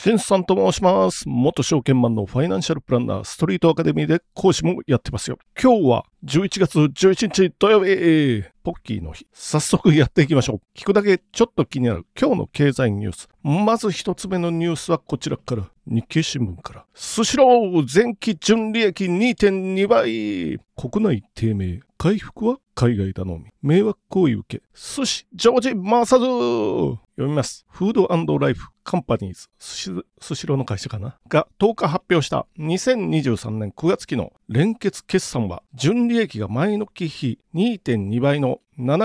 しんさんと申します。元証券マンのファイナンシャルプランナーストリートアカデミーで講師もやってますよ。今日は11月11日土曜日、ポッキーの日。早速やっていきましょう。聞くだけちょっと気になる今日の経済ニュース。まず一つ目のニュースはこちらから。日経新聞から。スシロー前期純利益 2.2 倍。国内低迷。回復は海外頼み。迷惑行為受け。寿司ジョージ回さず。読みます。フード&ライフカンパニーズ、スシローの会社かなが10日発表した2023年9月期の連結決算は純利益が前の期比 2.2 倍の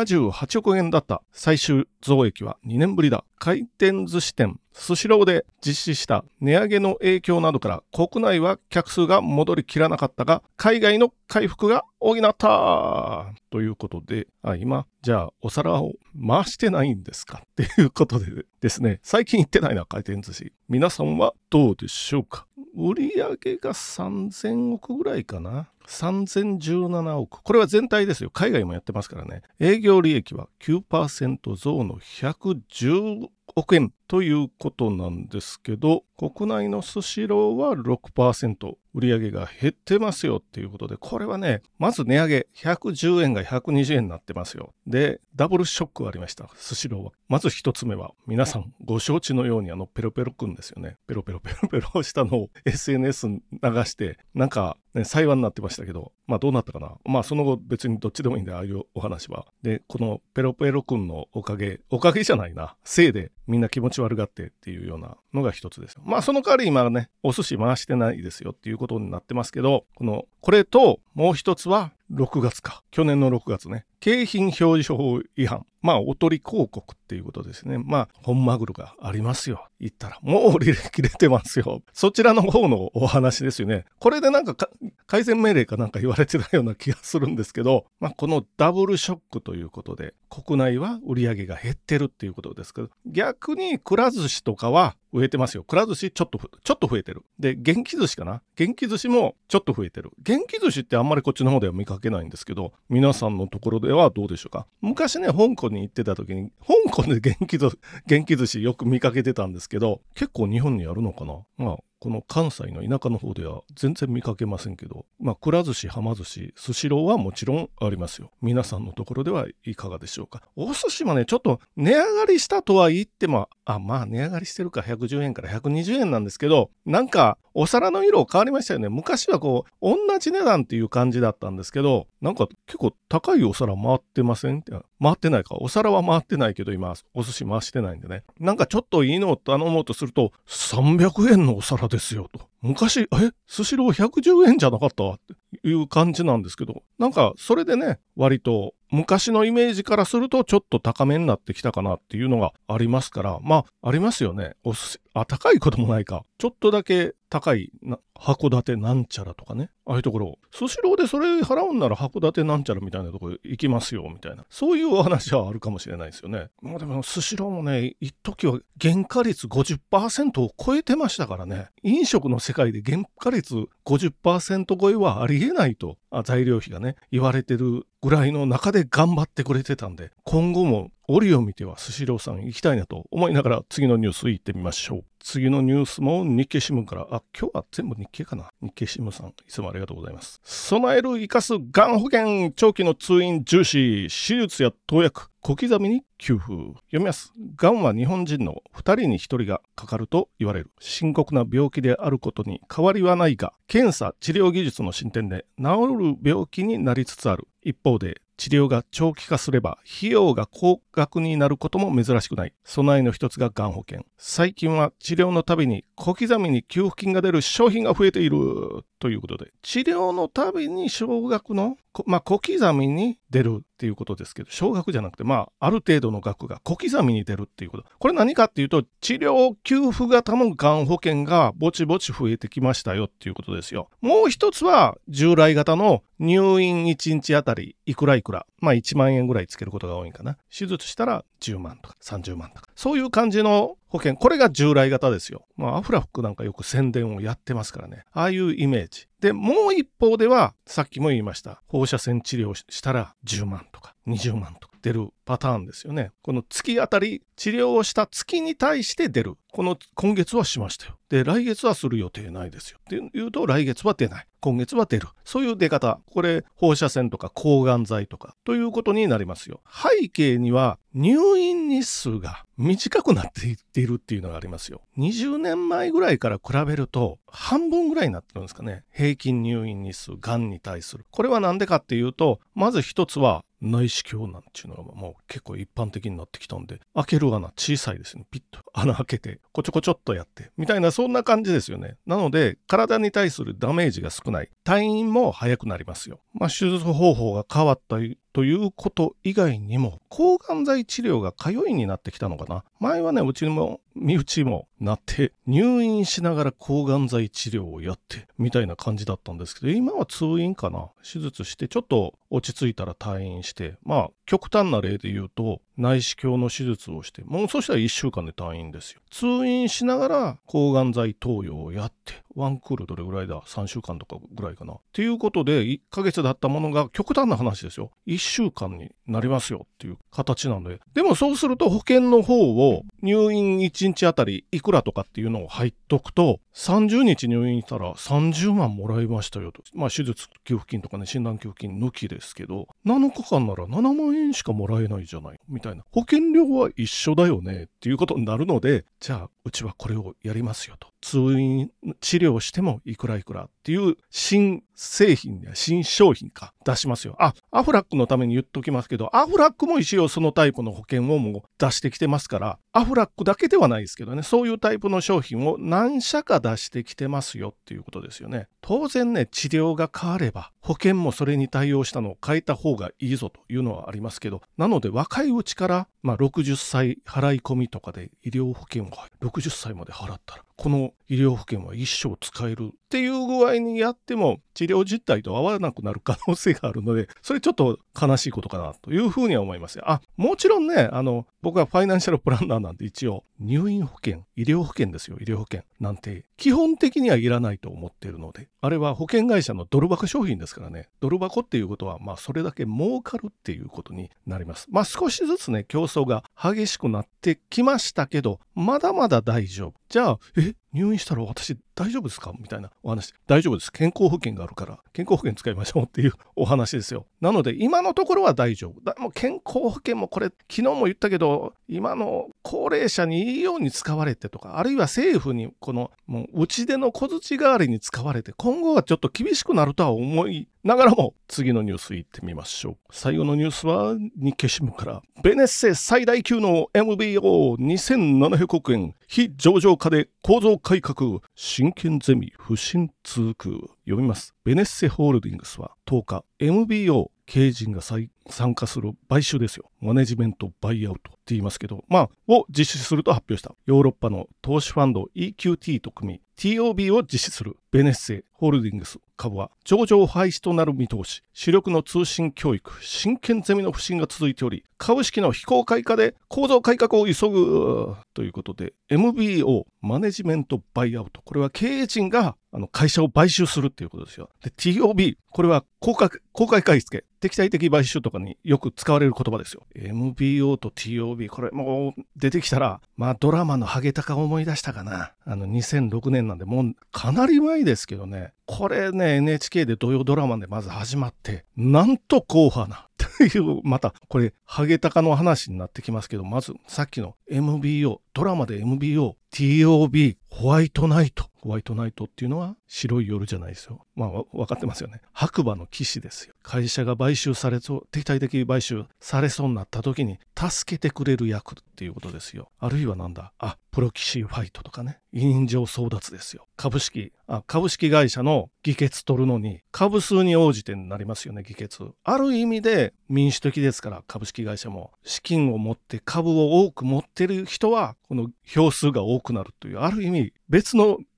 78億円だった。最終増益は2年ぶりだ。回転寿司店スシローで実施した値上げの影響などから国内は客数が戻りきらなかったが海外の回復が補ったということで、今じゃあお皿を回してないんですかっていうことでですね、最近行ってないな回転寿司。皆さんはどうでしょうか。売上が3000億ぐらいかな。3017億。これは全体ですよ。海外もやってますからね。営業利益は 9% 増の110億円ということなんですけど、国内のスシローは 6% 売上が減ってますよっていうことで、これはね、まず値上げ110円が120円になってますよ。で、ダブルショックがありました。スシローは。まず一つ目は、皆さんご承知のようにペロペロくんですよね。ペロペロしたのを SNS に流して、なんか、ね、裁判になってましたけど、どうなったかな。その後別にどっちでもいいんで、ああいうお話は。で、このペロペロくんのおかげじゃないな。せいでみんな気持ち悪がってっていうようなのが一つです。その代わり今ね、お寿司回してないですよっていうことになってますけど、これともう一つは6月か。去年の6月ね。景品表示法違反。おとり広告っていうことですね。本マグロがありますよ。言ったら、もう売り切れてますよ。そちらの方のお話ですよね。これで改善命令かなんか言われてたような気がするんですけど、このダブルショックということで、国内は売り上げが減ってるっていうことですけど、逆にくら寿司とかは増えてますよ。くら寿司ちょっと増えてる。で、元気寿司かな。元気寿司もちょっと増えてる。元気寿司ってあんまりこっちの方では見かけないんですけど、皆さんのところではどうでしょうか。昔ね、香港に行ってた時に、香港で元気寿司よく見かけてたんですけど、結構日本にあるのかな。この関西の田舎の方では全然見かけませんけど、くら寿司、はま寿司、スシローはもちろんありますよ。皆さんのところではいかがでしょうか。お寿司もね、ちょっと値上がりしたとは言っても、値上がりしてるか110円から120円なんですけど、お皿の色変わりましたよね。昔は同じ値段っていう感じだったんですけど、結構高いお皿回ってません？回ってないか。お皿は回ってないけど今、お寿司回してないんでね。ちょっといいのを頼もうとすると、300円のお皿ですよと。昔、スシロー110円じゃなかったわっていう感じなんですけど、それでね、割と昔のイメージからするとちょっと高めになってきたかなっていうのがありますから、ありますよね。高いこともないか。ちょっとだけ高い函館なんちゃらとかね。ああいうところ、スシローでそれ払うんなら函館なんちゃらみたいなところ行きますよ、みたいな。そういうお話はあるかもしれないですよね。でもスシローもね、一時は原価率 50% を超えてましたからね。飲食の世界で原価率 50% 超えはありえないと、材料費がね、言われてるぐらいの中で頑張ってくれてたんで、今後も折を見てはスシローさん行きたいなと思いながら次のニュース行ってみましょう。次のニュースも日経新聞から、今日は全部日経かな。日経新聞さん、いつもありがとうございます。備える生かすがん保険、長期の通院重視、手術や投薬、小刻みに給付。読みます。がんは日本人の2人に1人がかかると言われる。深刻な病気であることに変わりはないが、検査、治療技術の進展で治る病気になりつつある。一方で、治療が長期化すれば費用が高額になることも珍しくない。備えの一つががん保険。最近は治療のたびに小刻みに給付金が出る商品が増えているということで、治療のたびに少額の小刻みに出るっていうことですけど、少額じゃなくてある程度の額が小刻みに出るっていうこと。これ何かっていうと、治療給付型のがん保険がぼちぼち増えてきましたよっていうことですよ。もう一つは従来型の入院1日あたりいくら1万円ぐらいつけることが多いんかな。手術したら10万とか30万とか、そういう感じの保険。これが従来型ですよ。アフラックなんかよく宣伝をやってますからね。ああいうイメージ。で、もう一方では、さっきも言いました。放射線治療したら10万とか20万とか出るパターンですよね。この月あたり治療をした月に対して出る。今月はしましたよ。で、来月はする予定ないですよ。っていうと、来月は出ない。今月は出る。そういう出方。これ、放射線とか抗がん剤とかということになりますよ。背景には入院日数が短くなっていっているっていうのがありますよ。20年前ぐらいから比べると半分ぐらいになってるんですかね。平均入院日数、がんに対する。これはなんでかっていうと、まず一つは内視鏡なんていうのがもう結構一般的になってきたんで、開ける穴小さいですね。ピッと穴開けて、こちょこちょっとやって、みたいなそんな感じですよね。なので、体に対するダメージが少ない。退院も早くなりますよ。手術方法が変わったということ以外にも、抗がん剤治療が通いになってきたのかな。前はね、うちも身内もなって、入院しながら抗がん剤治療をやって、みたいな感じだったんですけど、今は通院かな。手術してちょっと落ち着いたら退院して、極端な例で言うと、内視鏡の手術をして、もうそしたら1週間で退院ですよ。通院しながら抗がん剤投与をやって、ワンクールどれぐらいだ ?3 週間とかぐらいかな。っていうことで、1ヶ月だったものが極端な話ですよ。1週間になりますよっていう形なので。でもそうすると保険の方を入院1日あたりいくらとかっていうのを入っとくと、30日入院したら30万もらいましたよと。手術給付金とかね、診断給付金抜きですけど、7日間なら7万円しかもらえないじゃない。みたいな。保険料は一緒だよねっていうことになるので、じゃあうちはこれをやりますよと。通院治療してもいくらいくらっていう新製品や新商品か出しますよ。アフラックのために言っときますけど、アフラックも一応そのタイプの保険をもう出してきてますから、アフラックだけではないですけどね、そういうタイプの商品を何社か出してきてますよっていうことですよね。当然ね、治療が変われば保険もそれに対応したのを変えた方がいいぞというのはありますけど、なので若いうちから60歳払い込みとかで医療保険を60歳まで払ったら、この医療保険は一生使えるっていう具合にやっても治療実態と合わなくなる可能性があるので、それちょっと悲しいことかなというふうには思いますよ。もちろんね、僕はファイナンシャルプランナーなんで一応入院保険、医療保険ですよ、医療保険なんて基本的にはいらないと思っているので、あれは保険会社のドル箱商品ですからね。ドル箱っていうことはそれだけ儲かるっていうことになります。少しずつね、競争が激しくなってきましたけど、まだまだ大丈夫。じゃあ入院したら私大丈夫ですかみたいなお話。大丈夫です。健康保険があるから健康保険使いましょうっていうお話ですよ。なので今のところは大丈夫。もう健康保険もこれ昨日も言ったけど、今の高齢者にいいように使われてとか、あるいは政府にもう打ち出の小槌代わりに使われて、今後はちょっと厳しくなるとは思いながらも、次のニュースいってみましょう。最後のニュースは日経新聞から。ベネッセ最大級の MBO2700 億円非上場化で構造改革、真剣ゼミ不振続く。読みます。ベネッセホールディングスは10日 MBO 経営陣が参加する買収ですよ。マネジメントバイアウトって言いますけど、を実施すると発表した。ヨーロッパの投資ファンド EQT と組み、TOB を実施するベネッセホールディングス株は上場廃止となる見通し、主力の通信教育、真剣ゼミの不振が続いており、株式の非公開化で構造改革を急ぐということで、MBO マネジメントバイアウト、これは経営陣が会社を買収するっていうことですよ。で TOB、これは公開買い付け、敵対的買収とかによく使われる言葉ですよ。MBO と TOB、これもう出てきたら、ドラマのハゲタカを思い出したかな。2006年なんでもうかなり前ですけどね、これね NHK で土曜ドラマでまず始まって、なんと硬派なという、またこれハゲタカの話になってきますけど、まずさっきの MBO、ドラマで MBO、TOB、ホワイトナイトっていうのは白い夜じゃないですよ。分かってますよね。白馬の騎士ですよ。会社が買収されそう、敵対的買収されそうになった時に助けてくれる役っていうことですよ。あるいはプロ棋士ファイトとかね、委任状争奪ですよ。株式会社の議決取るのに株数に応じてになりますよね、議決。ある意味で民主的ですから、株式会社も資金を持って株を多く持ってる人はこの票数が多くなるという、ある意味別の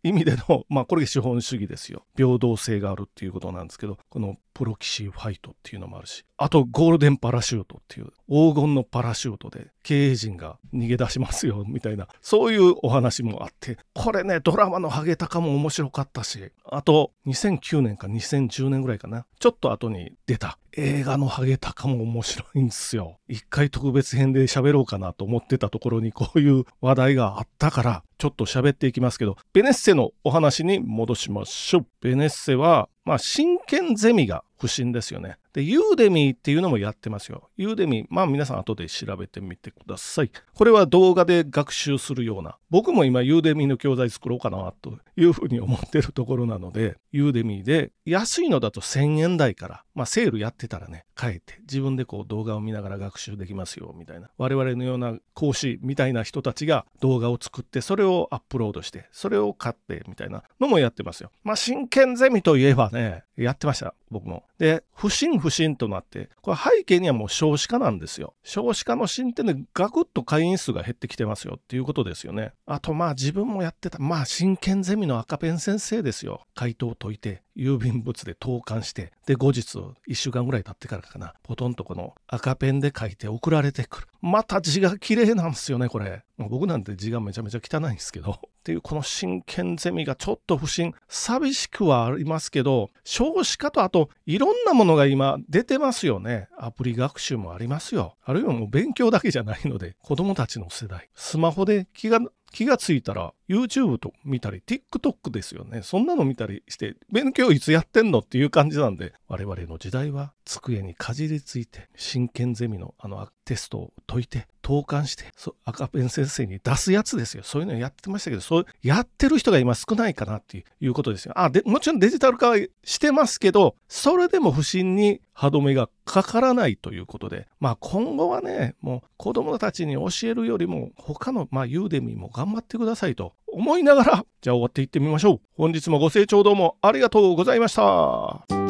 意味での、これが資本主義ですよ。平等性があるっていうことなんですけど、このプロ棋士ファイトっていうのもあるし、あとゴールデンパラシュートっていう黄金のパラシュートで経営陣が逃げ出しますよみたいな、そういうお話もあって、これね、ドラマのハゲタカも面白かったし、あと2009年か2010年ぐらいかな、ちょっと後に出た映画のハゲタカも面白いんですよ。一回特別編で喋ろうかなと思ってたところにこういう話題があったからちょっと喋っていきますけど、ベネッセのお話に戻しましょう。ベネッセは真剣ゼミが不審ですよね。で、ユーデミーっていうのもやってますよ。ユーデミー、皆さん後で調べてみてください。これは動画で学習するような、僕も今ユーデミーの教材作ろうかなというふうに思ってるところなので、ユーデミーで安いのだと1000円台から、セールやってたらね、買えて自分でこう動画を見ながら学習できますよみたいな、我々のような講師みたいな人たちが動画を作ってそれをアップロードしてそれを買ってみたいなのもやってますよ。真剣ゼミといえばね、やってました僕も。で、不審となって、これ背景にはもう少子化なんですよ。少子化の進展でガクッと会員数が減ってきてますよっていうことですよね。あと自分もやってた真剣ゼミの赤ペン先生ですよ。回答を解いて郵便物で投函して、で後日1週間ぐらい経ってからかな、ポトンとこの赤ペンで書いて送られてくる。また字が綺麗なんですよねこれ。僕なんて字がめちゃめちゃ汚いんですけどっていう、この真剣ゼミがちょっと不審、寂しくはありますけど、少子化とあといろんなものが今出てますよね。アプリ学習もありますよ。あるいはもう勉強だけじゃないので、子供たちの世代スマホで気がついたら YouTube と見たり TikTok ですよね。そんなの見たりして勉強いつやってんのっていう感じなんで、我々の時代は机にかじりついて真剣ゼミのテストを解いて投函して赤ペン先生に出すやつですよ。そういうのやってましたけど、そうやってる人が今少ないかなっていうことですよ。もちろんデジタル化はしてますけど、それでも不審に歯止めがかからないということで、今後はね、もう子供たちに教えるよりも他のユーデミーも頑張ってくださいと思いながら、じゃあ終わっていってみましょう。本日もご清聴どうもありがとうございました。